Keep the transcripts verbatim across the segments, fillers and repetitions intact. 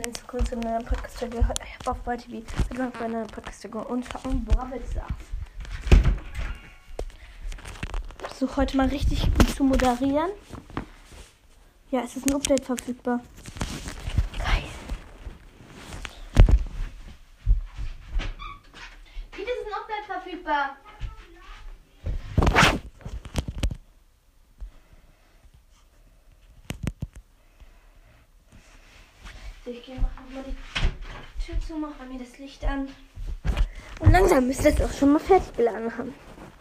in Zukunft in einer Podcast-Folge. Ich habe auf Y T V mit meiner Freundin eine Podcast-Folge und zocken Brabbelstars. Ich versuche heute mal richtig gut zu moderieren. Ja, es ist ein Update verfügbar. Geil. Wie ist ein Update verfügbar? Ich gehe machen mal die Tür zu, mache mir das Licht an. Und langsam müsste es auch schon mal fertig geladen haben.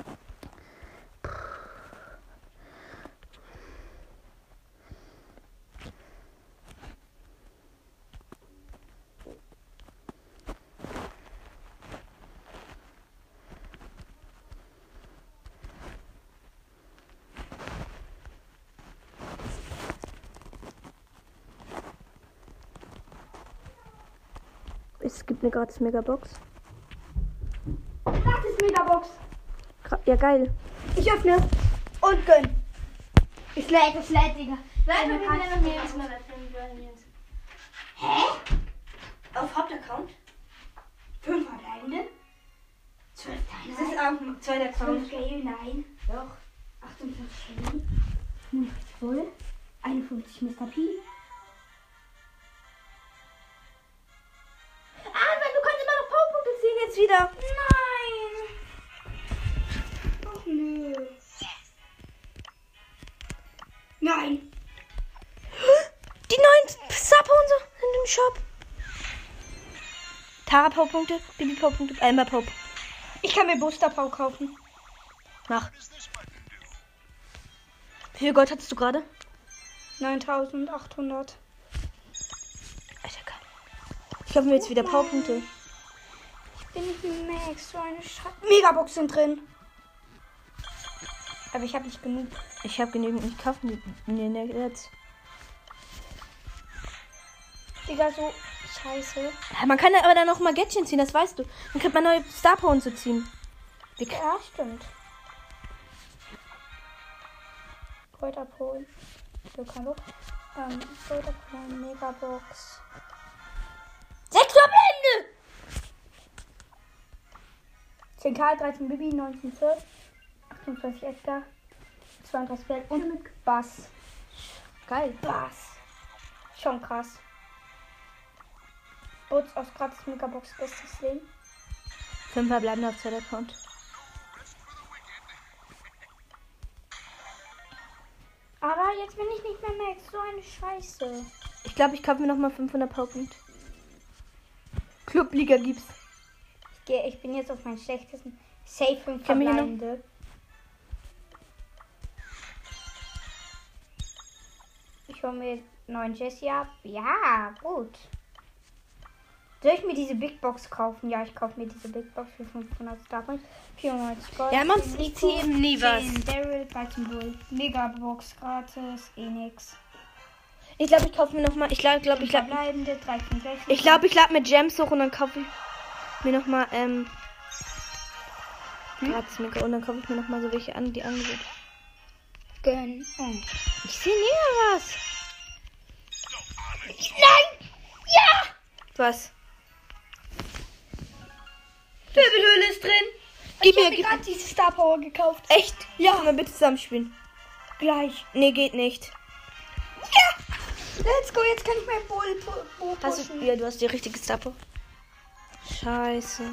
Es gibt eine gratis Megabox. Gratis Megabox. Gra- Ja, geil. Ich öffne und gönn. Ich lädt, es lädt, Digga. Nein, wir wir können können noch noch Nils Nils Hä? Auf Hauptaccount? Fünf verbleibende? Zwölf Teile? Das ist am zweiten Account. Zwölf Gale, nein. Doch. achtundvierzig Shelly. neunundvierzig Bull. einundfünfzig Mister P. Ah, Mann, du kannst immer noch Powerpunkte ziehen jetzt wieder. Nein. Ach nö. Nein. Die neuen Star-Punkte sind im Shop. Tara Powerpunkte, Bibi Powerpunkte, Alma Power. Ich kann mir Booster Power kaufen. Mach. Wie viel Gold hattest du gerade? neuntausendachthundert. Alter, geil. Ich kaufe mir jetzt wieder Powerpunkte. Ich bin nicht Max, so eine Scheiße. Megabox sind drin. Aber ich habe nicht genug. Ich habe genügend. Ich kaufe mir nee, nee, jetzt. Digga, so scheiße. Ja, man kann ja aber dann noch mal Gadget ziehen, das weißt du. Dann kriegt man neue Star Power zu ziehen. Wie k- Ja, stimmt. Gold abholen. Du kannst doch. Ähm, Gold abholen, Megabox. Sechs Verbände! zehn Karl, dreizehn Bibi, neunzehn zwölf, achtundzwanzig Edgar, zweiunddreißig Feld und Bass. Geil. Bass. Schon krass. Boots aus gratis Megabox, bestes Leben. Fünf verbleibende auf zweiter Account. Aber jetzt bin ich nicht mehr Max. So eine Scheiße. Ich glaube, ich kaufe mir noch mal fünfhundert Powerpunkte. Clubliga gibt's. Ich, geh, ich bin jetzt auf meinen schlechtesten. Safe fünf Kann mich noch- verbleibende. Ich hole mir neuen Jesse ab. Ja, gut. Soll ich mir diese Big Box kaufen? Ja, ich kaufe mir diese Big Box für fünfhundert Starpoints. vierundneunzig Gold. Ja, Mann, zehn ich Rico, ziehe eben nie was. zehn Daryl, dreizehn Bull. Megabox gratis. Eh nix. Ich glaube, ich kaufe mir noch mal. Ich glaube, glaub, ich glaube, Verbleibende, dreizehn sechzehn. ich glaube, ich lade mir Gems hoch und dann kaufe ich mir noch mal ähm gratis Mega und dann kaufe ich mir noch mal so welche an, die Angebote. Gönn. Oh. Ich sehe nie was. Nein! Ja! Was? Wirbelhöhle ist drin. Gib ich mir, habe mir gib gerade diese Star Power gekauft. Echt? Ja. Können wir bitte zusammen spielen? Gleich. Nee, geht nicht. Ja! Let's go, jetzt kann ich mein Bull Bo Hast du, pushen. ja, du hast die richtige Stappe. Scheiße.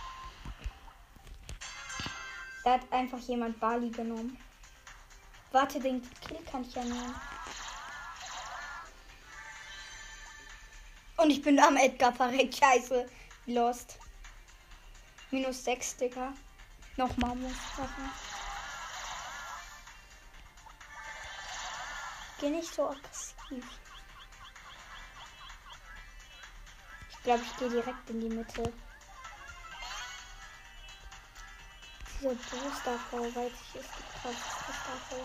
Da hat einfach jemand Bali genommen. Warte, den Kill kann ich ja nehmen. Und ich bin am Edgar verreckt. Scheiße. Lost. Minus sechs, Digga. Nochmal muss ich machen. Geh nicht so aggressiv. Ich glaube, ich gehe direkt in die Mitte. Diese Booster-Frau, weiß ich, ist die krasseste Staffel.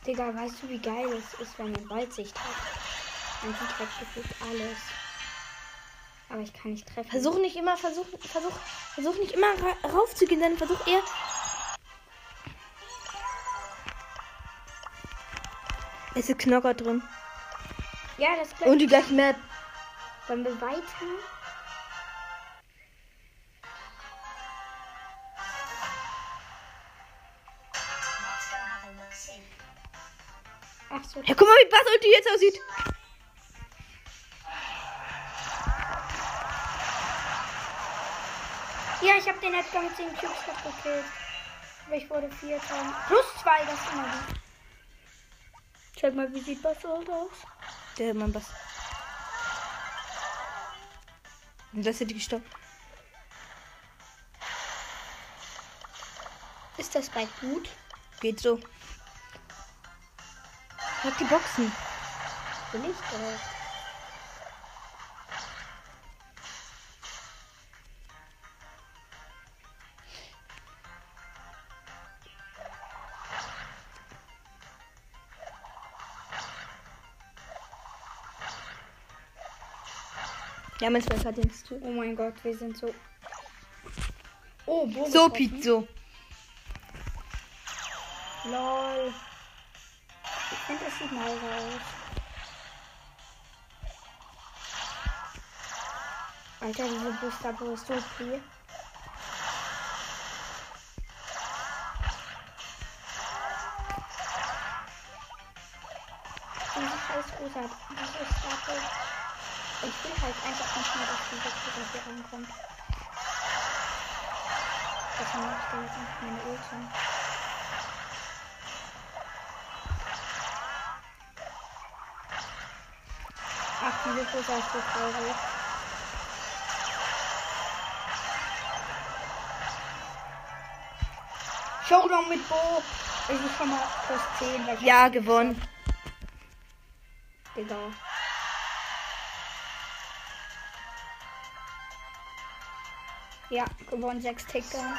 Digga, weißt du, wie geil es ist, wenn man Weitsicht hat? Man sieht halt gefühlt alles. Aber ich kann nicht treffen. Versuch nicht immer, versuch, versuch, versuch nicht immer ra raufzugehen, dann versuch eher. Es ist Knocker drin. Ja, das Und die gleiche Map. Wollen wir weiter? Ach so. Ja, guck mal, wie Bass Ulti jetzt aussieht. Ja, ich habe den Edgar mit zehn Cubes gekillt. Aber ich wurde Vierter. Plus zwei, das ist immer gut. Schaut mal, wie sieht Bass Ulti aus? Der Mann Bass. Und das hätte ich gestoppt. Ist das Bike gut? Geht so. Hat die Boxen. Will ich oder? Ja, mein Schwester hat jetzt zu. Oh mein Gott, wir sind so. Oh, Bogen So, getroffen. Pizzo. Lol. Ich finde, das sieht mal aus. Alter, diese Booster ist so viel. Diese scheiß Rosa, diese Staffel. Ich will halt einfach nicht mehr, dass diese Rosa hier rankommt. Deswegen mache ich da jetzt einfach meine Ulti. Ach, diese Rosa ist so traurig. Showdown mit Bo. Ich bin schon mal plus zehn. Weil ich Ja, gewonnen. Digga. Ja, gewonnen sechs Ticker.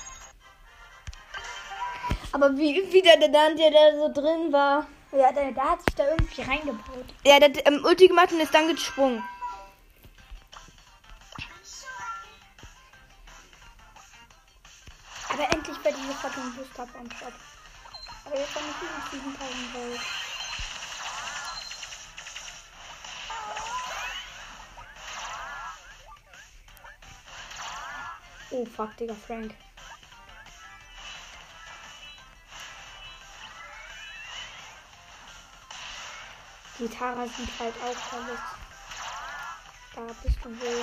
Aber wie, wie der, der dann, der da so drin war. Ja, der, der hat sich da irgendwie reingebaut. Ja, der hat ähm, Ulti gemacht und ist dann gesprungen. Aber endlich bei dieser fucking Booster am Start. Aber jetzt habe ich über siebentausend Volt. Oh fuck, Digga, Frank. Die Tara sind halt auch verletzt. Da bist du wohl.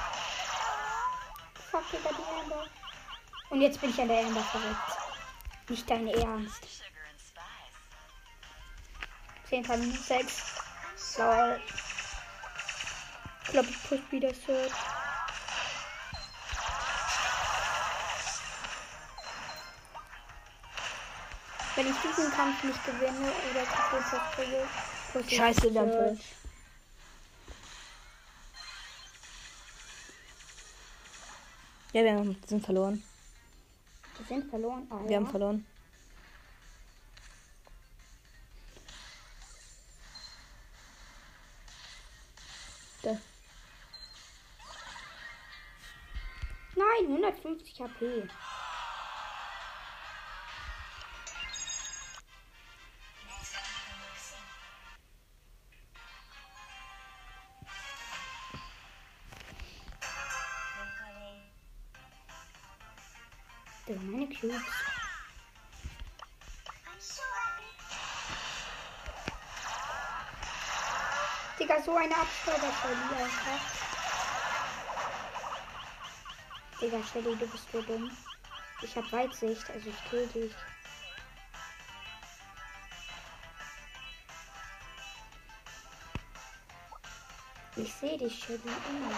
Fuck, Digga, die Amber. Und jetzt bin ich an der Amber verreckt. Nicht dein Ernst. zehn Minuten sechs. Lol. Ich glaube, ich push wieder Search. Wenn ich diesen Kampf nicht gewinne oder kaputt kriege, push ich Scheiße, dann Search. voll. Ja, wir haben, sind verloren. Wir sind verloren. Ah, Wir ja. haben verloren. Da. Nein, hundertfünfzig H P. Digga, meine Cubes. Digga, so eine Abstauberfolge einfach. Digga, Shelly, du bist so dumm. Ich hab Weitsicht, also ich kill dich. Ich sehe dich, Shelly, immer.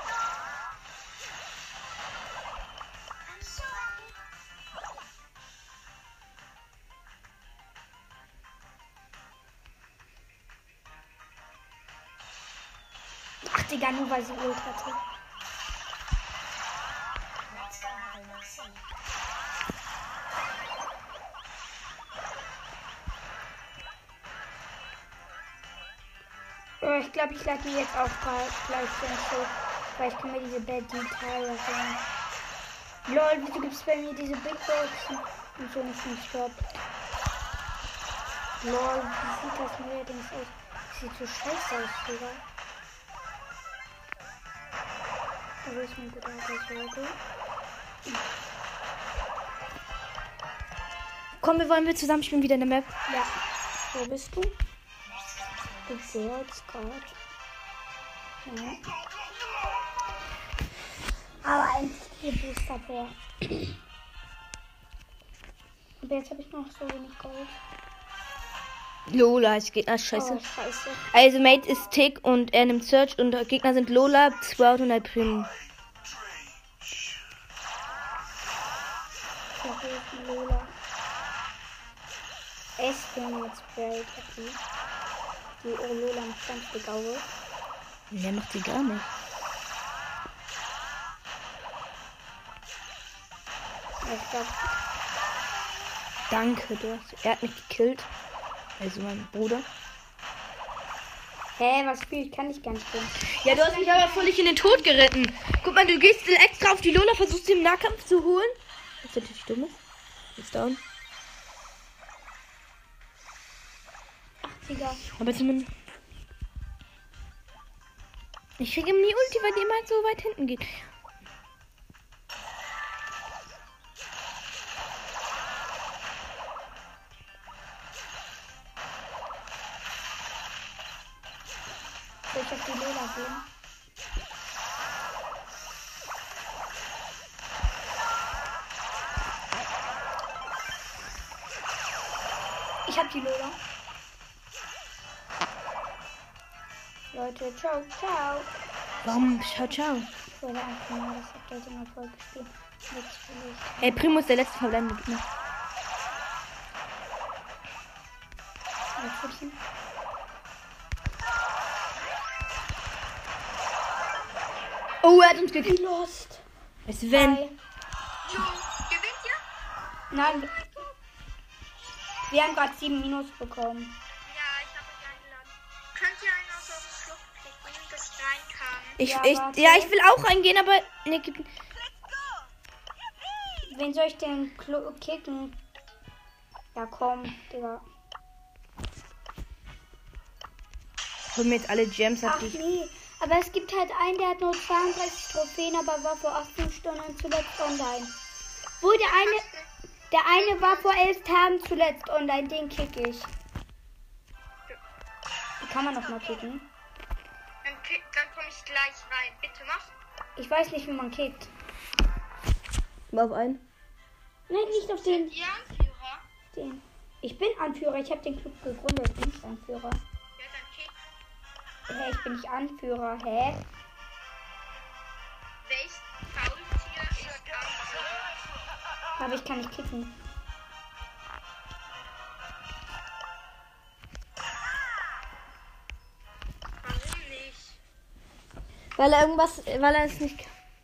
Ach, Digga, nur weil sie Ult hatte. Oh, ich glaube, ich lade mir jetzt auch gleich den Show, weil ich kann mir diese Bad Detail sagen. Lol, wieso gibt es bei mir diese Big Boxen und so nicht im Shop? Lol, wie sieht das neuerdings aus? Das sieht so scheiße aus, Digga. Da ist mein guter Alter. Komm, wir wollen wir zusammen spielen wieder in der Map. Ja. Wo bist du? Ich sehe jetzt gerade. Ja. Aber eigentlich die Booster vor. Aber jetzt habe ich noch so wenig Gold. Lola ist Gegner, scheiße. Oh, scheiße. Also Mate ist Tick und er nimmt Search und Gegner sind Lola, Sprout und El Primo. Lola. Es bin jetzt Spray, okay. Die oh, Lola macht ganz dick Auge. Der macht sie gar nicht. Ich glaub, Danke, du hast, er hat mich gekillt. Also mein Bruder. hä, was spiel ich? Kann ich gar nicht spielen. Ja, du hast mich aber völlig in den Tod geritten. Guck mal, du gehst extra auf die Lola, versuchst sie im Nahkampf zu holen. Was natürlich dumm ist. Ist down. achtziger. Aber zumindest. Ich krieg ihm nie Ulti, weil die immer halt so weit hinten geht. Soll ich auf die Lola gehen? Ich hab die Lola. Leute, ciao, ciao. Warum? Ciao, ciao. Ich wollte einfach mal das Update in der Folge spielen. Jetzt will ich. Ey, Primo ist der letzte verbleibende Gegner. Ein Pfötchen. Oh, er hat uns gekillt. Lost. Es wenn. Hi. Gewinnt ihr? Nein. Wir haben gerade sieben Minus bekommen. Ja, ich habe euch eingeladen. Könnt ihr einen aus eurem Club klicken, dass ich rein kann? Ich, Ja, ich, warte. ja, ich will auch reingehen, aber. Ne, gib, Wen soll ich denn klo- kicken? Ja, komm, Digga. hol mir jetzt alle Gems ab, Ach die ich. nee, aber es gibt halt einen, der hat nur zweiunddreißig Trophäen, aber war vor achtzehn Stunden zuletzt online. Wo der eine, der eine war vor elf Tagen zuletzt online, den kick ich. Die kann man noch mal kicken. Dann, ki- dann komme ich gleich rein. Bitte mach. Ich weiß nicht, wie man kickt. Mal auf einen. Nein, nicht auf den. Ihr Anführer? den. Ich bin Anführer, ich habe den Club gegründet, ich bin nicht Anführer. Ja, dann kick. Hä, ich bin nicht Anführer, hä? Welches Faultier ist Anführer? Aber ich kann nicht kicken. Warum nicht? Weil er irgendwas. Weil er es nicht.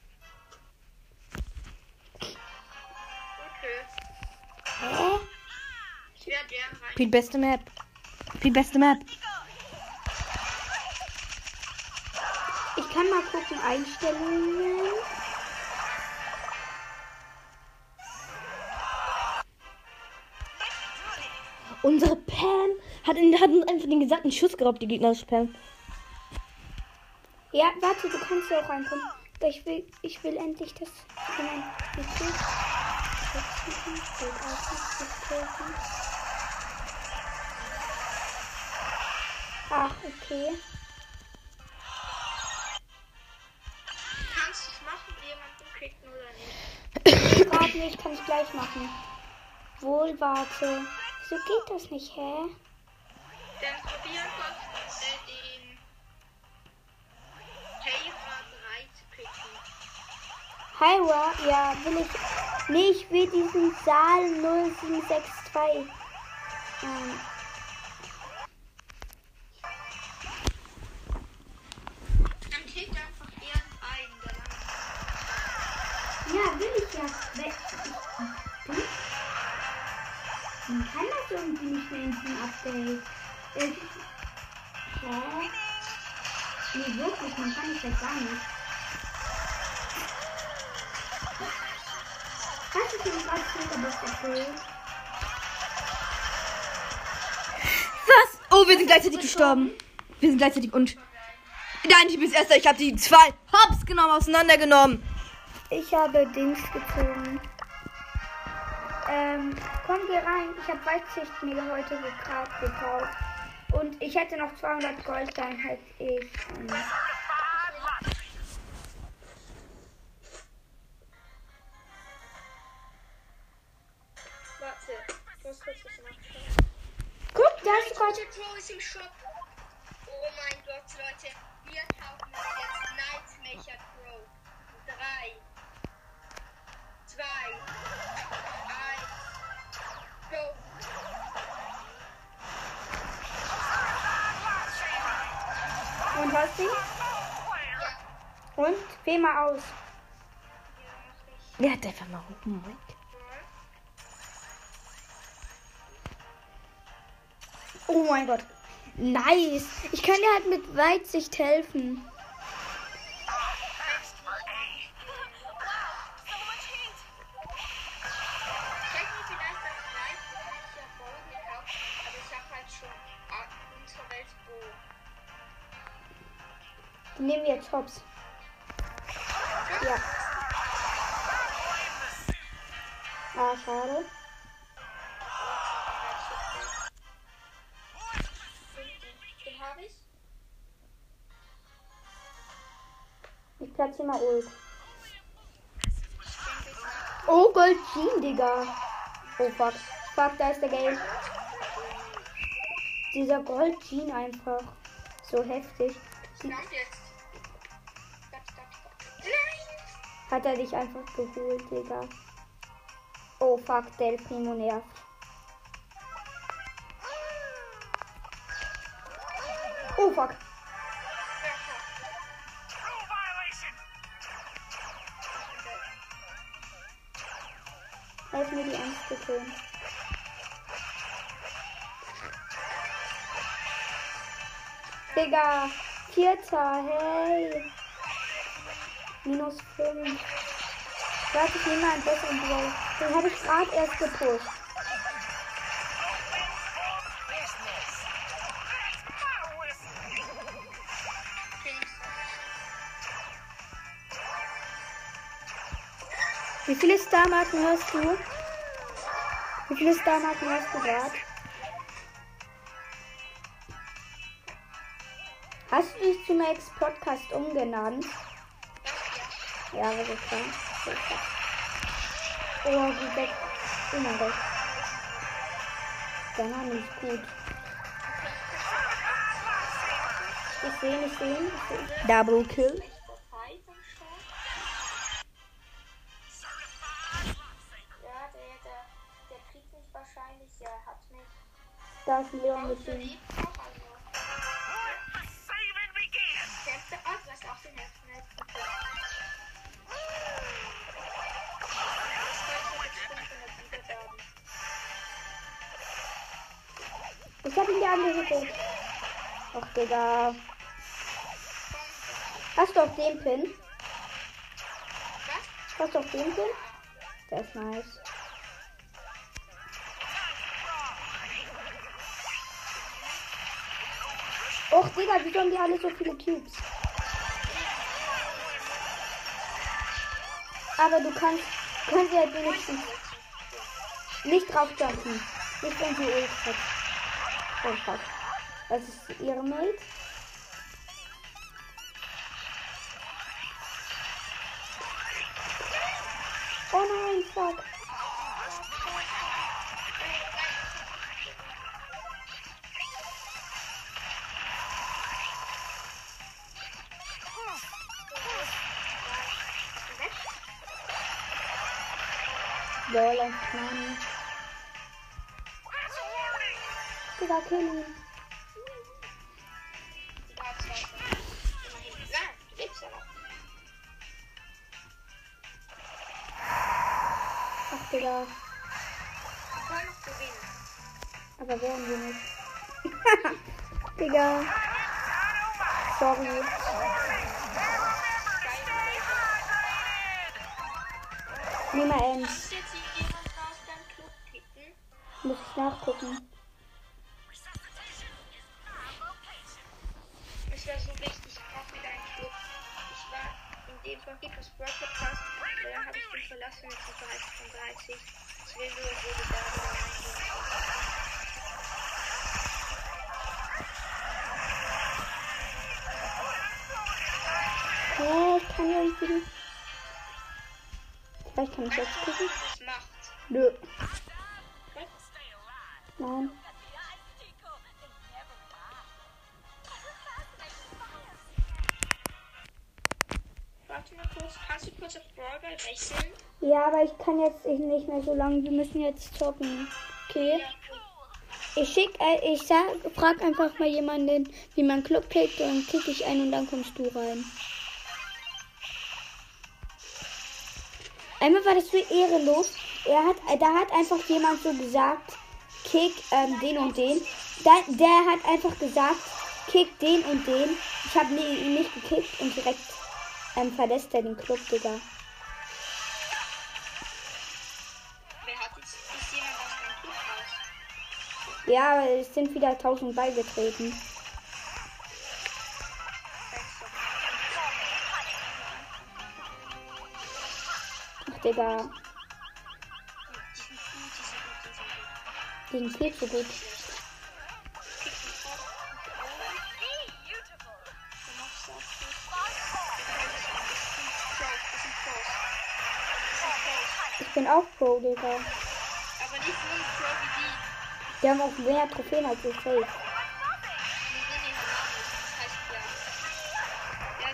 Okay. Hä? Ich werde der rein. Die beste Map. Die beste Map. Ich kann mal gucken, Einstellungen. Unsere Pam hat, in, hat uns einfach den gesamten Schuss geraubt, die gegnerische Pam. Ja, warte, du kannst ja auch reinkommen. Aber ich will, ich will endlich das. Ach, okay. Kannst du es machen, jemanden kicken oder nicht? Warte, ich kann es gleich machen. Wohl, warte. Wieso geht das nicht, hä? Dann probier einfach äh, den Taser drei zu kicken. Hyra, ja, will ich. Nee, ich will diesen Saal null sieben sechs zwei. Ähm. Dann kick einfach irgendeinen, der dann. Ja, will ich ja. Wer- Hm? Man kann das irgendwie nicht mehr in diesem Update. Ich, hä? man kann nicht weg, gar nicht. Was ist denn gerade für Was? Oh, wir sind gleichzeitig gestorben. Wir sind gleichzeitig und... Nein, ich bin erster. Ich habe die zwei Hops genommen, auseinandergenommen. Ich habe Dings gezogen. Ähm, komm, geh rein. Ich habe Weitsicht mir heute gerade gekauft. Und ich hätte noch zweihundert Gold, dann hätte ich... Ähm, Warte, ich muss kurz was nachschauen. guck, da ist gerade... Nightmare Pro ist im Shop. Oh mein Gott, Leute. Wir kaufen uns jetzt Nightmare Pro. Drei, zwei, eins, go. Und hast du ihn? Und? Wähl mal aus. Der hat einfach mal Rupen. Oh mein Gott. Nice. Ich kann dir halt mit Weitsicht helfen. Ich hätte mir vielleicht das Nightmare Pro gekauft, aber ich habe halt schon Unterwelt Pro. Die nehmen wir jetzt Hops. Ja. Ah, schade. Den habe ich. Ich platziere mal Ult. Oh, Gold Jean, Digga. Oh, fuck. Fuck, da ist der Game. Dieser Gold Jean einfach. So heftig. Kommt jetzt. Stopp, stopp, stopp. Nein! Hat er dich einfach geholt, Digga. Oh, fuck, Del Primo nervt. Oh, fuck. Helf mir die Angst zu killen. Digga, Vierter, hey. Minus fünf. Warte, ich nehme mal einen besseren Ball. Den habe ich gerade erst gepusht. Wie viele Starmarken hast du? Wie viele Starmarken hast du gerade? Hast du dich zu Max Podcast umgenannt? Ja, was ist das? Oh, wie weg. Oh mein Gott. Der Name ist gut. Ich sehe, ich sehe, ich sehe. Double Kill. Ja, der, der, der kriegt mich wahrscheinlich. Ja, er hat mich. Da ist ein Leon mit ihm. Lieb auch, also. Der hat auch was auf den ersten letzten Punkt. Ich hab ihn dir angehittet. Ach, Digga. Hast du auf den Pin? Hast du auf den Pin? Der ist nice. Och, Digga, wie haben die alle so viele Cubes? Aber du kannst, du kannst ja wenigstens nicht drauf jumpen. Nicht wenn sie Ult hat. Oh fuck. Das ist ihre Mate. Oh nein, fuck. Lol, ein Plan. Digga, kill ihn. Ach, Digga. Aber werden wir nicht. Digga. Sorry. Nimm mal Ems. Kannst du jetzt jemand aus deinem Club picken? Muss ich nachgucken. Es wäre so wichtig, ich brauche wieder einen Club. Ich war in dem von Rico's Broadcast, aber dann habe ich den verlassen mit dem Bereich von dreißig. Deswegen würde da wieder reingehen. Ja, ich kann ja nicht wieder. Vielleicht kann ich jetzt Weißt du, gucken. was das macht? Nö. Was? Nein. Warte mal kurz. Kannst du kurz auf Brawlball wechseln? Ja, aber ich kann jetzt nicht mehr so lange. Wir müssen jetzt zocken. Okay. Ja. Ich schick, äh, ich sag, frag einfach mal jemanden, wie man Club kickt, und dann kick ich ein und dann kommst du rein. Einmal war das so ehrenlos. Er hat, äh, da hat einfach jemand so gesagt, kick ähm, den und den. Da, der hat einfach gesagt, kick den und den. Ich habe ihn nicht gekickt und direkt ähm, verlässt er den Club, Digga. Wer hat jetzt, ist jemand aus deinem Club raus? Ja, es sind wieder tausend beigetreten. Ach, Digga. Die sind gut, die sind gut, die sind gut. Die sind viel zu gut. Ich bin auch Pro, Digga. Aber nicht so ein Pro wie die. Die haben auch mehr Trophäen als ich safe. Die sind in der Name. Das heißt ja. Der,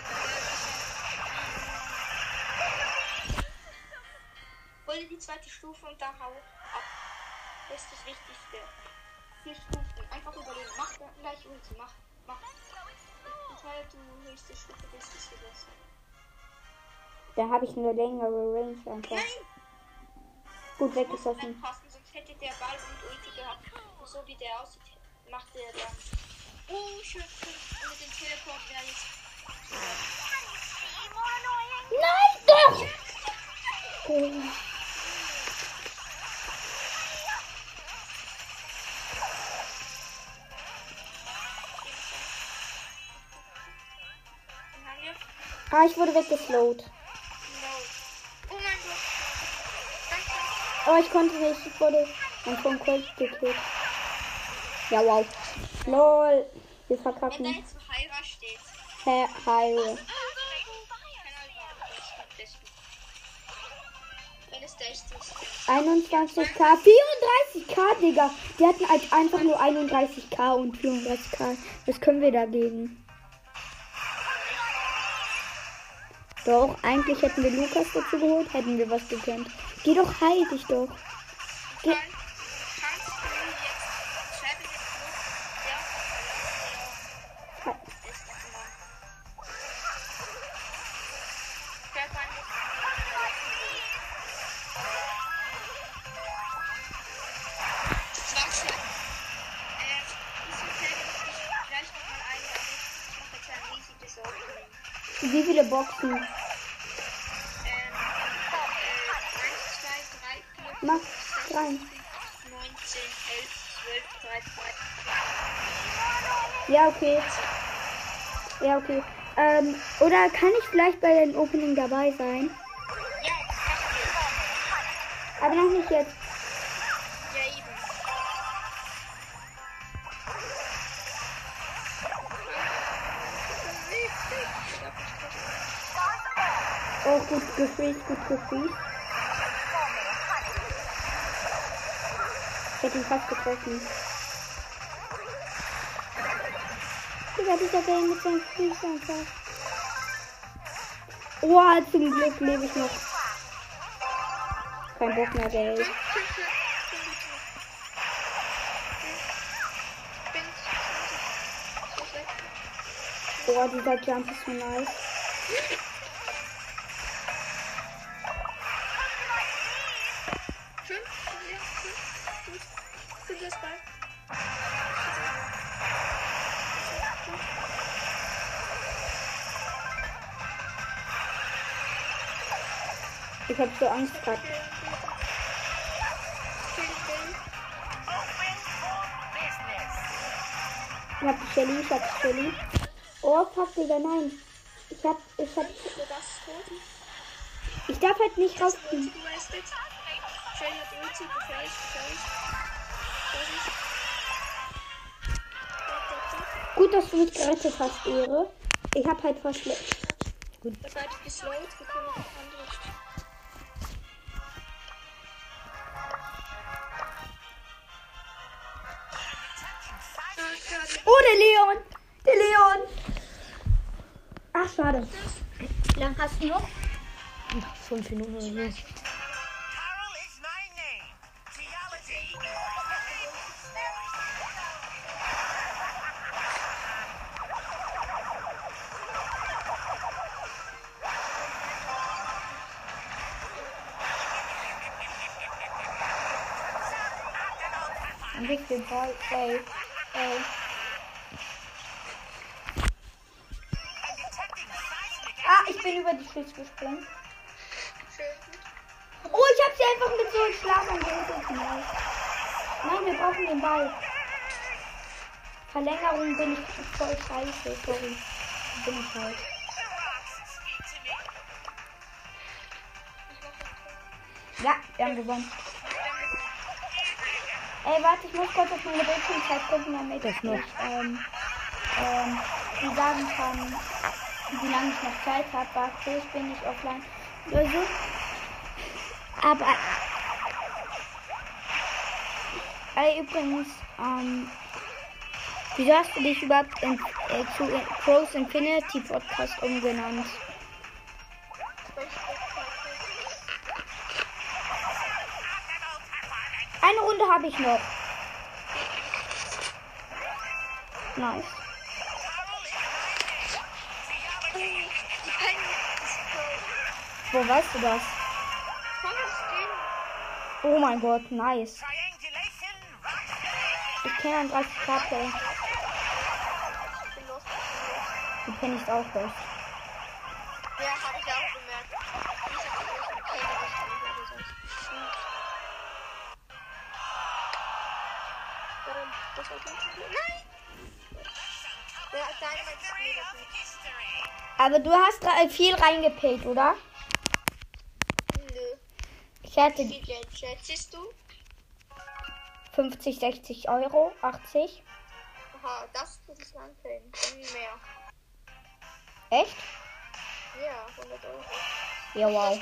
der ist ja. Hol dir die zweite Stufe und dann hau ab. Das ist das Wichtigste. Vier Stufen. Einfach überlegen. Mach dann gleich Ulti. Mach. Mach. Und weil du höchste Stufe bist, ist es besser. Da habe ich eine längere Range einfach. Nein! Gut Muss weggeschossen. reinpassen, sonst hätte der Ball und Ulti gehabt. Und so wie der aussieht, macht er dann. Oh, schön. Und mit dem Teleport wäre jetzt. Nein, doch! Oh. Dann haben wir. Ah, ich wurde weggeslowt. No. Oh mein Gott. Danke. Aber ich konnte nicht. Ich wurde vom Colt gekillt. Ja, wow. Lol. Wir Wenn da verkacken. jetzt so Hyra steht. Hä, hi. Kein Alba. Das ist gut. Wenn es der echte ist. einundzwanzig K. vierunddreißig K, Digga. Die hatten halt einfach nur einunddreißig K und vierunddreißig K. Was können wir dagegen? Doch, eigentlich hätten wir Lukas dazu geholt, hätten wir was gekannt. Geh doch, heil dich doch. Geh. Kann, kannst du jetzt schreibe den Club, der Heil. ist nochmal. Schreib einfach. Das war's schon. Äh, ist okay, wenn ich dich gleich nochmal einlade. Ich mache jetzt ein riesiges Opening. Wie viele Boxen? Ähm, äh, eins, zwei, drei, vier, Mach fünf, rein. sechs, neunzehn, elf, zwölf, dreizehn. Ja, okay. Ja, okay. Ähm, oder kann ich vielleicht bei den Opening dabei sein? Ja, machen wir. Aber noch nicht jetzt. Ja, eben. Oh, gut gefreezed, gut gefreezed. Ich hätte ihn fast getroffen. Digga, dieser Game mit seinem Freeze einfach. Oh, zum Glück lebe ich noch. Kein Bock mehr, Geld. Oh, dieser Jump ist so nice. Fünf? Ja, fünf. Gut. Fünf ist bald. Ich hab so Angst gehabt. Ich hab die Shelly, ich hab die Shelly. Oh, fuck, Digga, nein. Ich hab, ich hab... Ich darf halt nicht rausgehen. Shelly hat Ulti, gefällt, gefällt. Gut, dass du mich gerettet hast, Ehre. Ich hab halt fast... Gut. Da seid ihr geslowt, wir können noch andere. Oh, der Leon! Der Leon! Ach, schade. Wie lange hast du noch? Fünf Minuten oder so. Dann kriegst du den Ball. Ey. Ey. Ah, ich bin über die Schüsse gesprungen. Oh, ich hab sie einfach mit so einem Schlag angehittet. Nein. Nein, wir brauchen den Ball. Verlängerung bin ich voll scheiße. Sorry. Bin ich halt. Ja, wir haben gewonnen. Ey, warte, ich muss kurz auf meine Bildschirmzeit gucken, damit ich noch ähm, ähm, wie sagen kann, wie lange ich noch Zeit habe. Warte, ich bin nicht offline. Oder so. Aber ey, übrigens, ähm, wieso hast du dich überhaupt in, äh, zu Crows Infinity Podcast umgenannt? Eine Runde habe ich noch. Nice. Wo weißt du das? Oh mein Gott, nice. Ich kenne einen dreißig K Play. Die kenne ich auch los. Ja, habe ich auch gemerkt. Das war ganz gut. Nein! Ja, deine Aber du hast re- viel reingepayt, oder? Nö. Ich hatte Wie viel Geld schätzt du? fünfzig, sechzig Euro, achtzig. Aha, das tut es anfangen. Mehr. Echt? Ja, hundert Euro. Ja, wow.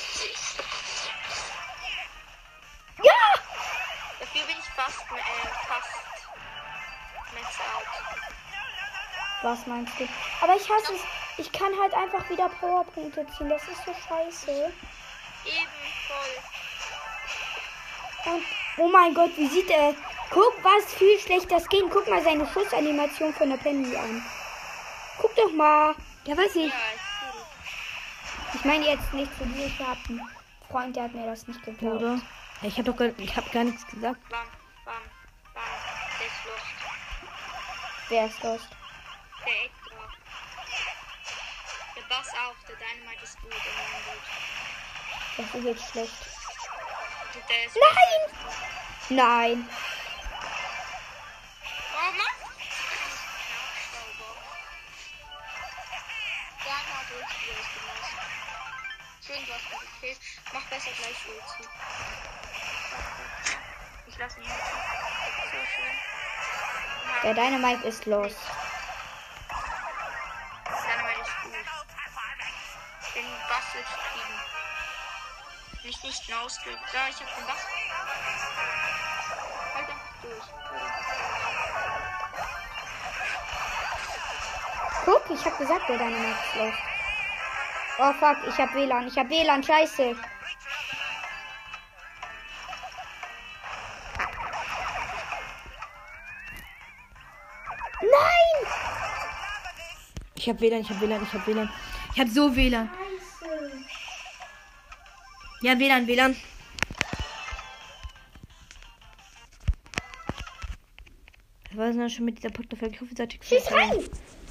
Ja! Dafür bin ich fast, äh, fast Metz out. Was meinst du? Aber ich hasse es. Ich kann halt einfach wieder Powerpunkte ziehen. Das ist so scheiße. Eben voll. Und, oh mein Gott, wie sieht er? Guck, was viel schlechter geht. Guck mal seine Schussanimation von der Penny an. Guck doch mal. Ja, weiß ich. Ja, ist gut. Ich meine jetzt nicht zu dir. Ich habe einen Freund, der hat mir das nicht geglaubt. Oder? Ich habe doch gar, ich hab gar nichts gesagt. Bam, bam, bam. Der ist los. Wer ist los? Der Edgar. Der Bass auch. Der Dynamite ist gut. Der Mann gut. Das ist jetzt schlecht. Und der ist Nein! Nein. Oh Mann! Ja, na, Ulti ist gemacht. Schön, du hast mich gekillt. Mach besser gleich Ulti. Ich lass ihn jetzt. So schön. Der Dynamite ist los. Dynamite ist gut. Den Bass will ich kriegen. Nicht nicht ausgehen. Ja, ich hab den Bass. Halt einfach durch. Halt einfach durch. Guck, ich hab gesagt, der Dynamite ist los. Oh fuck, ich hab W L A N. Ich hab W L A N, scheiße. Nein! Ich habe W L A N, ich habe W L A N, ich habe W L A N. Ich habe so W L A N. Ja, W L A N, W L A N. Das war es dann schon mit dieser Podcast-Folge. Ich hoffe, es hat euch Schieß gefallen. rein!